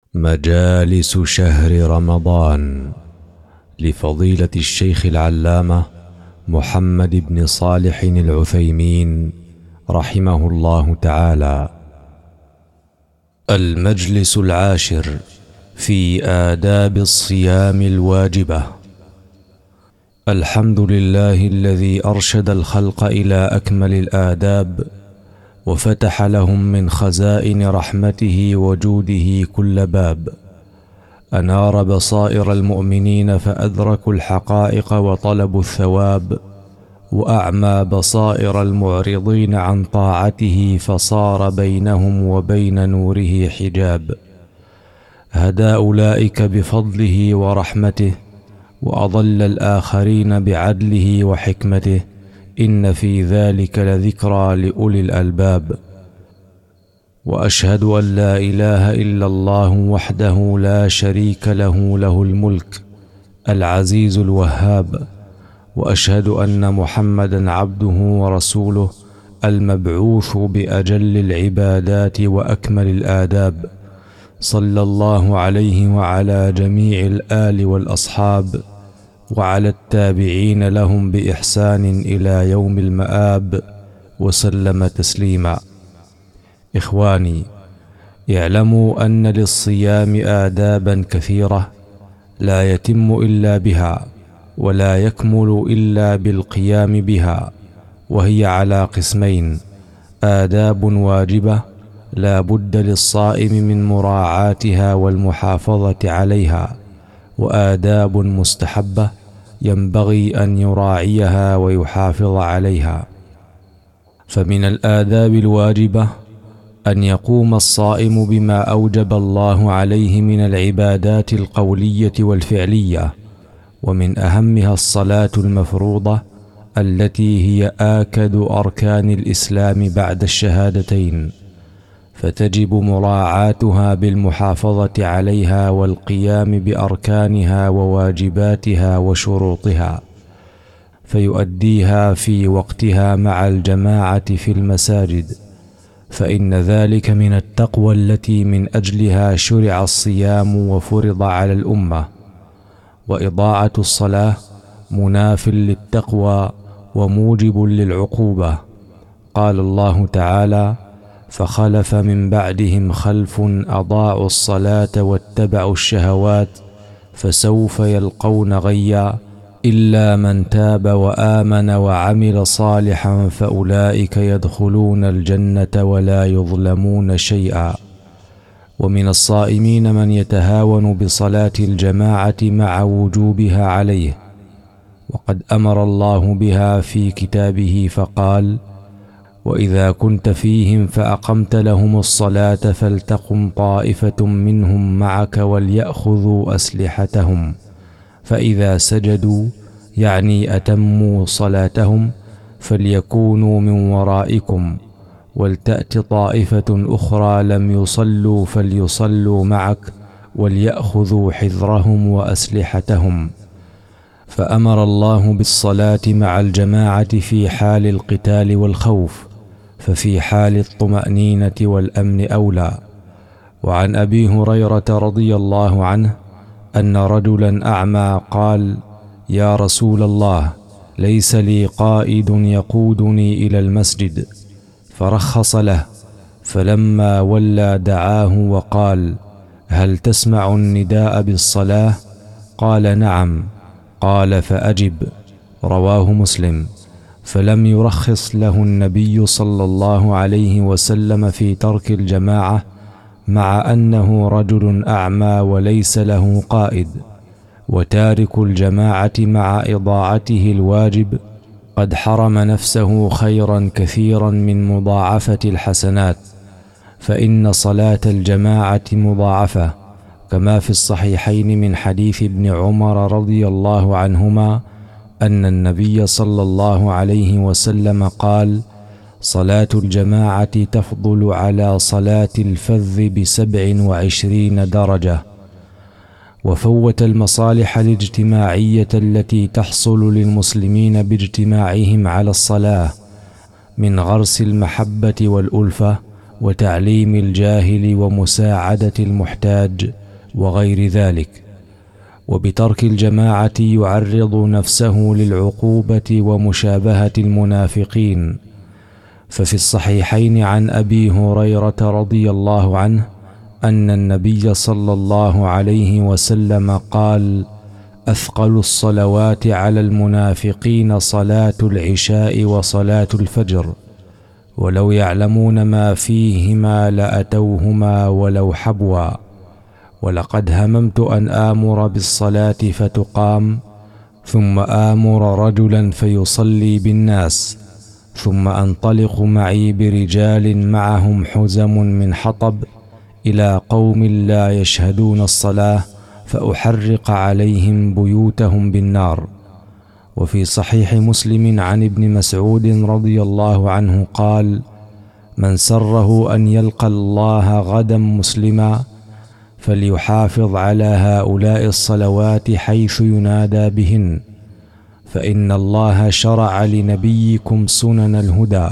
مجالس شهر رمضان لفضيلة الشيخ العلامة محمد بن صالح العثيمين رحمه الله تعالى. المجلس العاشر في آداب الصيام الواجبة. الحمد لله الذي أرشد الخلق إلى أكمل الآداب، وفتح لهم من خزائن رحمته وجوده كل باب، أنار بصائر المؤمنين فأدركوا الحقائق وطلبوا الثواب، وأعمى بصائر المعرضين عن طاعته فصار بينهم وبين نوره حجاب. هدى أولئك بفضله ورحمته، وأضل الآخرين بعدله وحكمته، إن في ذلك لذكرى لأولي الألباب. وأشهد أن لا إله إلا الله وحده لا شريك له، له الملك العزيز الوهاب، وأشهد أن محمدا عبده ورسوله المبعوث بأجل العبادات وأكمل الآداب، صلى الله عليه وعلى جميع الآل والأصحاب، وعلى التابعين لهم بإحسان إلى يوم المآب، وسلم تسليما. إخواني، اعلموا أن للصيام آدابا كثيرة لا يتم إلا بها، ولا يكمل إلا بالقيام بها، وهي على قسمين: آداب واجبة لا بد للصائم من مراعاتها والمحافظة عليها، وآداب مستحبة ينبغي أن يراعيها ويحافظ عليها. فمن الآداب الواجبة أن يقوم الصائم بما أوجب الله عليه من العبادات القولية والفعلية، ومن أهمها الصلاة المفروضة التي هي آكد أركان الإسلام بعد الشهادتين، فتجب مراعاتها بالمحافظة عليها والقيام بأركانها وواجباتها وشروطها، فيؤديها في وقتها مع الجماعة في المساجد، فإن ذلك من التقوى التي من أجلها شرع الصيام وفرض على الأمة. وإضاعة الصلاة مناف للتقوى وموجب للعقوبة. قال الله تعالى: فخلف من بعدهم خلف أضاعوا الصلاة واتبعوا الشهوات فسوف يلقون غيا إلا من تاب وآمن وعمل صالحا فأولئك يدخلون الجنة ولا يظلمون شيئا. ومن الصائمين من يتهاون بصلاة الجماعة مع وجوبها عليه، وقد أمر الله بها في كتابه فقال: وإذا كنت فيهم فأقمت لهم الصلاة فلتقم طائفة منهم معك وليأخذوا أسلحتهم، فإذا سجدوا يعني أتموا صلاتهم فليكونوا من ورائكم، ولتأت طائفة أخرى لم يصلوا فليصلوا معك وليأخذوا حذرهم وأسلحتهم. فأمر الله بالصلاة مع الجماعة في حال القتال والخوف، ففي حال الطمأنينة والأمن أولى. وعن أبي هريرة رضي الله عنه أن رجلا أعمى قال: يا رسول الله، ليس لي قائد يقودني إلى المسجد، فرخص له، فلما ولى دعاه وقال: هل تسمع النداء بالصلاة؟ قال: نعم. قال: فأجب. رواه مسلم. فلم يرخص له النبي صلى الله عليه وسلم في ترك الجماعة، مع أنه رجل أعمى وليس له قائد. وتارك الجماعة مع إضاعته الواجب قد حرم نفسه خيرا كثيرا من مضاعفة الحسنات، فإن صلاة الجماعة مضاعفة، كما في الصحيحين من حديث ابن عمر رضي الله عنهما أن النبي صلى الله عليه وسلم قال: صلاة الجماعة تفضل على صلاة الفذ ب27 درجة. وفوت المصالح الاجتماعية التي تحصل للمسلمين باجتماعهم على الصلاة من غرس المحبة والألفة وتعليم الجاهل ومساعدة المحتاج وغير ذلك. وبترك الجماعة يعرض نفسه للعقوبة ومشابهة المنافقين. ففي الصحيحين عن أبي هريرة رضي الله عنه أن النبي صلى الله عليه وسلم قال: أثقل الصلوات على المنافقين صلاة العشاء وصلاة الفجر، ولو يعلمون ما فيهما لأتوهما ولو حبوا. ولقد هممت أن آمر بالصلاة فتقام، ثم آمر رجلا فيصلي بالناس، ثم أنطلق معي برجال معهم حزم من حطب إلى قوم لا يشهدون الصلاة فأحرق عليهم بيوتهم بالنار. وفي صحيح مسلم عن ابن مسعود رضي الله عنه قال: من سره أن يلقى الله غدا مسلما فليحافظ على هؤلاء الصلوات حيث ينادى بهن، فإن الله شرع لنبيكم سنن الهدى،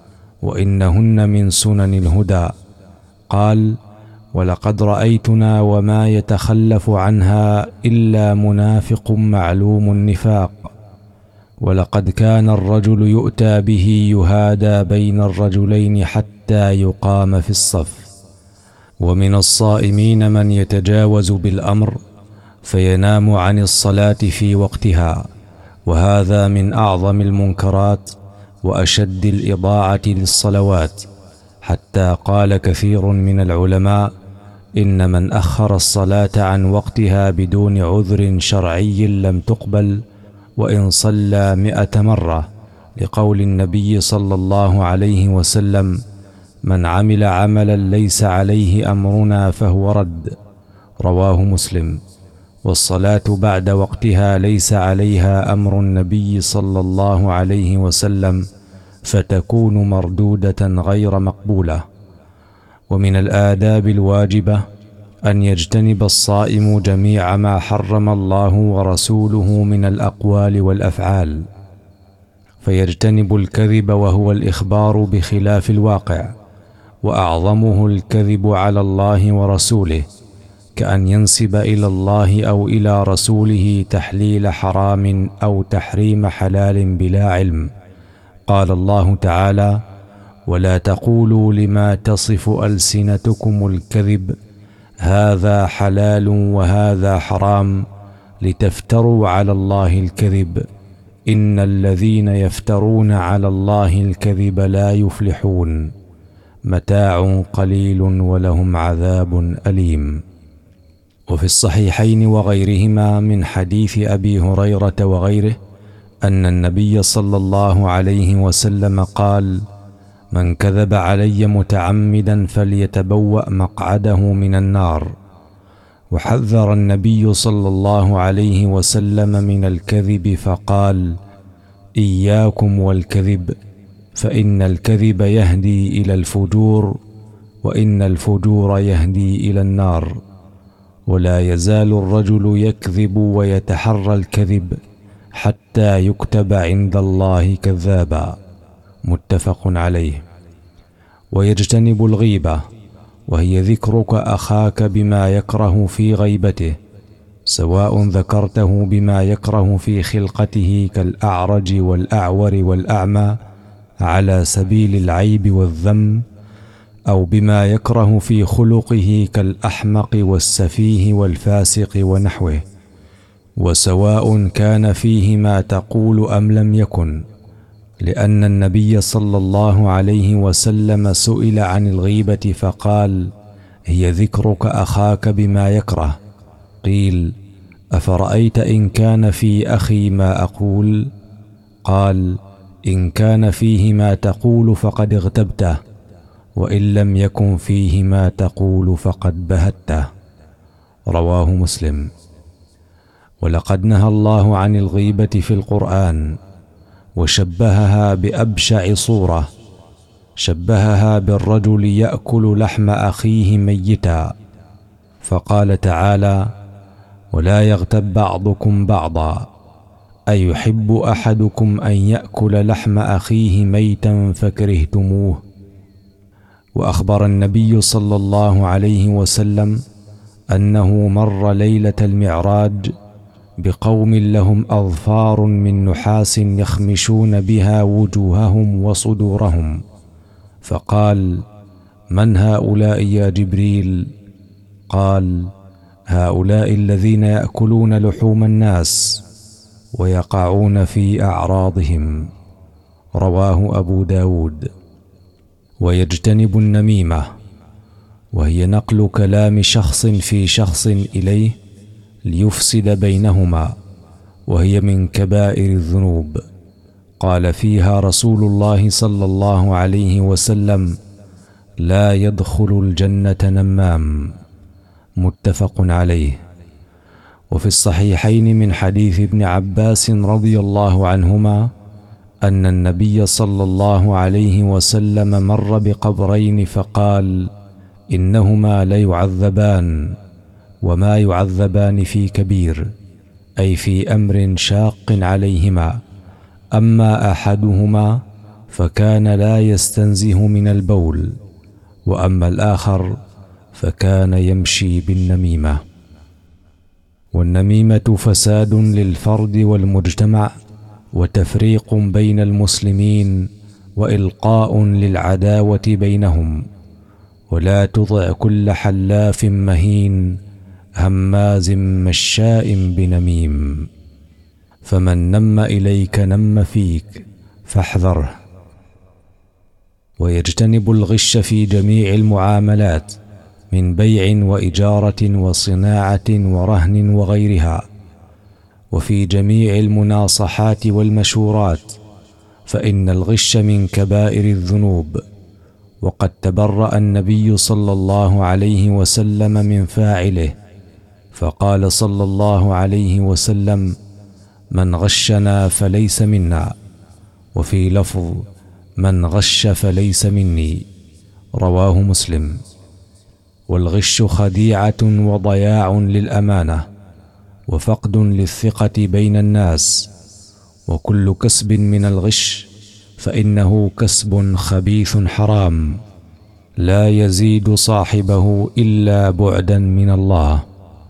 وإنهن من سنن الهدى. قال: ولقد رأيتنا وما يتخلف عنها إلا منافق معلوم النفاق. ولقد كان الرجل يؤتى به يهادى بين الرجلين حتى يقام في الصف. ومن الصائمين من يتجاوز بالأمر فينام عن الصلاة في وقتها، وهذا من أعظم المنكرات وأشد الإضاعة للصلوات، حتى قال كثير من العلماء: إن من أخر الصلاة عن وقتها بدون عذر شرعي لم تقبل وإن صلى 100 مرة، لقول النبي صلى الله عليه وسلم: من عمل عملا ليس عليه أمرنا فهو رد. رواه مسلم. والصلاة بعد وقتها ليس عليها أمر النبي صلى الله عليه وسلم، فتكون مردودة غير مقبولة. ومن الآداب الواجبة أن يجتنب الصائم جميع ما حرم الله ورسوله من الأقوال والأفعال، فيجتنب الكذب وهو الإخبار بخلاف الواقع، وأعظمه الكذب على الله ورسوله، كأن ينسب إلى الله أو إلى رسوله تحليل حرام أو تحريم حلال بلا علم. قال الله تعالى: ولا تقولوا لما تصف ألسنتكم الكذب هذا حلال وهذا حرام لتفتروا على الله الكذب إن الذين يفترون على الله الكذب لا يفلحون، متاع قليل ولهم عذاب أليم. وفي الصحيحين وغيرهما من حديث أبي هريرة وغيره أن النبي صلى الله عليه وسلم قال: من كذب علي متعمدا فليتبوأ مقعده من النار. وحذر النبي صلى الله عليه وسلم من الكذب فقال: إياكم والكذب، فإن الكذب يهدي إلى الفجور، وإن الفجور يهدي إلى النار. ولا يزال الرجل يكذب ويتحرى الكذب حتى يكتب عند الله كذابا. متفق عليه. ويجتنب الغيبة، وهي ذكرك أخاك بما يكره في غيبته، سواء ذكرته بما يكره في خلقته كالأعرج والأعور والأعمى على سبيل العيب والذم، أو بما يكره في خلقه كالأحمق والسفيه والفاسق ونحوه، وسواء كان فيه ما تقول أم لم يكن، لأن النبي صلى الله عليه وسلم سئل عن الغيبة فقال: هي ذكرك أخاك بما يكره. قيل: أفرأيت إن كان في أخي ما أقول؟ قال: إن كان فيه ما تقول فقد اغتبته، وإن لم يكن فيه ما تقول فقد بهته. رواه مسلم. ولقد نهى الله عن الغيبة في القرآن، وشبهها بأبشع صورة، شبهها بالرجل يأكل لحم أخيه ميتا، فقال تعالى: ولا يغتب بعضكم بعضا، أيحب أحدكم أن يأكل لحم أخيه ميتا فكرهتموه. وأخبر النبي صلى الله عليه وسلم أنه مر ليلة المعراج بقوم لهم أظفار من نحاس يخمشون بها وجوههم وصدورهم، فقال: من هؤلاء يا جبريل؟ قال: هؤلاء الذين يأكلون لحوم الناس ويقعون في أعراضهم. رواه أبو داود. ويجتنب النميمة، وهي نقل كلام شخص في شخص إليه ليفسد بينهما، وهي من كبائر الذنوب. قال فيها رسول الله صلى الله عليه وسلم: لا يدخل الجنة نمام. متفق عليه. وفي الصحيحين من حديث ابن عباس رضي الله عنهما أن النبي صلى الله عليه وسلم مر بقبرين فقال: إنهما ليعذبان، وما يعذبان في كبير، أي في أمر شاق عليهما. أما أحدهما فكان لا يستنزه من البول، وأما الآخر فكان يمشي بالنميمة. والنميمة فساد للفرد والمجتمع، وتفريق بين المسلمين، وإلقاء للعداوة بينهم. ولا تطع كل حلاف مهين هماز مشاء بنميم، فمن نم إليك نم فيك فاحذره. ويجتنب الغش في جميع المعاملات من بيع وإجارة وصناعة ورهن وغيرها، وفي جميع المناصحات والمشورات، فإن الغش من كبائر الذنوب. وقد تبرأ النبي صلى الله عليه وسلم من فاعله، فقال صلى الله عليه وسلم: من غشنا فليس منا، وفي لفظ: من غش فليس مني. رواه مسلم. والغش خديعة وضياع للأمانة، وفقد للثقة بين الناس. وكل كسب من الغش فإنه كسب خبيث حرام، لا يزيد صاحبه إلا بعدا من الله.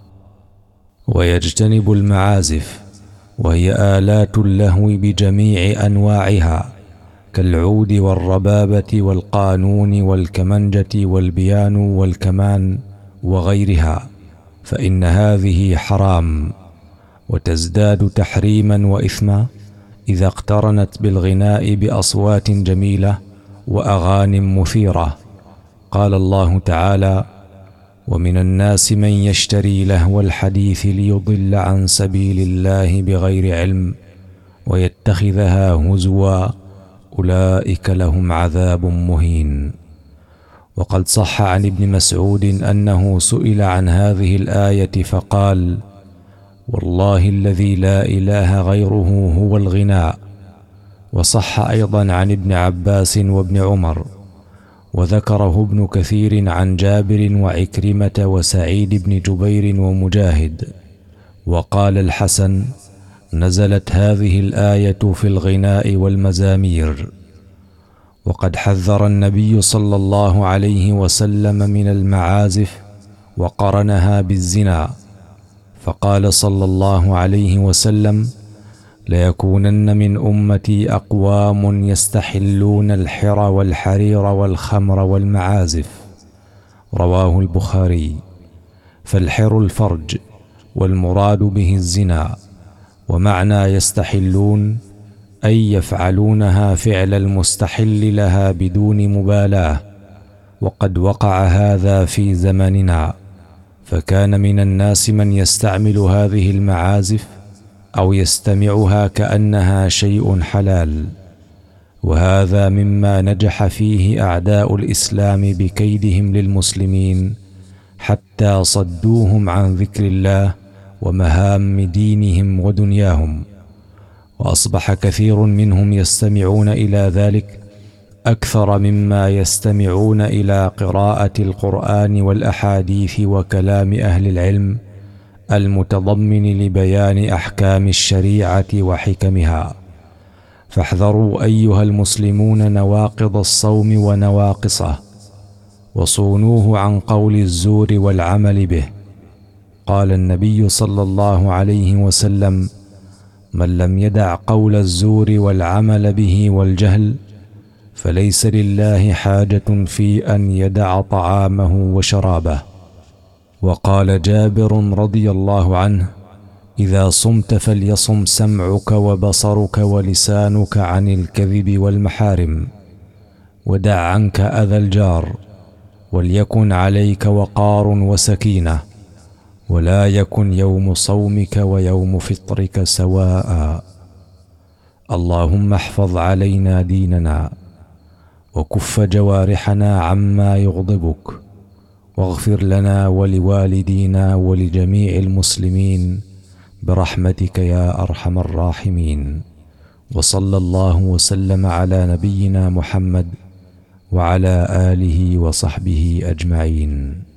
ويجتنب المعازف، وهي آلات اللهو بجميع أنواعها، كالعود والربابة والقانون والكمنجة والبيانو والكمان وغيرها، فإن هذه حرام، وتزداد تحريما وإثما إذا اقترنت بالغناء بأصوات جميلة وأغاني مثيرة. قال الله تعالى: ومن الناس من يشتري لهو الحديث ليضل عن سبيل الله بغير علم ويتخذها هزوا، أولئك لهم عذاب مهين. وقد صح عن ابن مسعود أنه سئل عن هذه الآية فقال: والله الذي لا إله غيره هو الغناء. وصح أيضا عن ابن عباس وابن عمر، وذكره ابن كثير عن جابر وعكرمة وسعيد بن جبير ومجاهد. وقال الحسن: نزلت هذه الآية في الغناء والمزامير. وقد حذر النبي صلى الله عليه وسلم من المعازف وقرنها بالزنا، فقال صلى الله عليه وسلم: ليكونن من أمتي أقوام يستحلون الحر والحرير والخمر والمعازف. رواه البخاري. فالحر الفرج، والمراد به الزنا. ومعنى يستحلون أي يفعلونها فعل المستحل لها بدون مبالاة. وقد وقع هذا في زماننا، فكان من الناس من يستعمل هذه المعازف أو يستمعها كأنها شيء حلال، وهذا مما نجح فيه أعداء الإسلام بكيدهم للمسلمين، حتى صدوهم عن ذكر الله ومهام دينهم ودنياهم. وأصبح كثير منهم يستمعون إلى ذلك أكثر مما يستمعون إلى قراءة القرآن والأحاديث وكلام أهل العلم المتضمن لبيان أحكام الشريعة وحكمها. فاحذروا أيها المسلمون نواقض الصوم ونواقصه، وصونوه عن قول الزور والعمل به. قال النبي صلى الله عليه وسلم: من لم يدع قول الزور والعمل به والجهل فليس لله حاجة في أن يدع طعامه وشرابه. وقال جابر رضي الله عنه: إذا صمت فليصم سمعك وبصرك ولسانك عن الكذب والمحارم، ودع عنك أذى الجار، وليكن عليك وقار وسكينة، ولا يكن يوم صومك ويوم فطرك سواء. اللهم احفظ علينا ديننا، وكف جوارحنا عما يغضبك، واغفر لنا ولوالدينا ولجميع المسلمين برحمتك يا أرحم الراحمين. وصلى الله وسلم على نبينا محمد وعلى آله وصحبه أجمعين.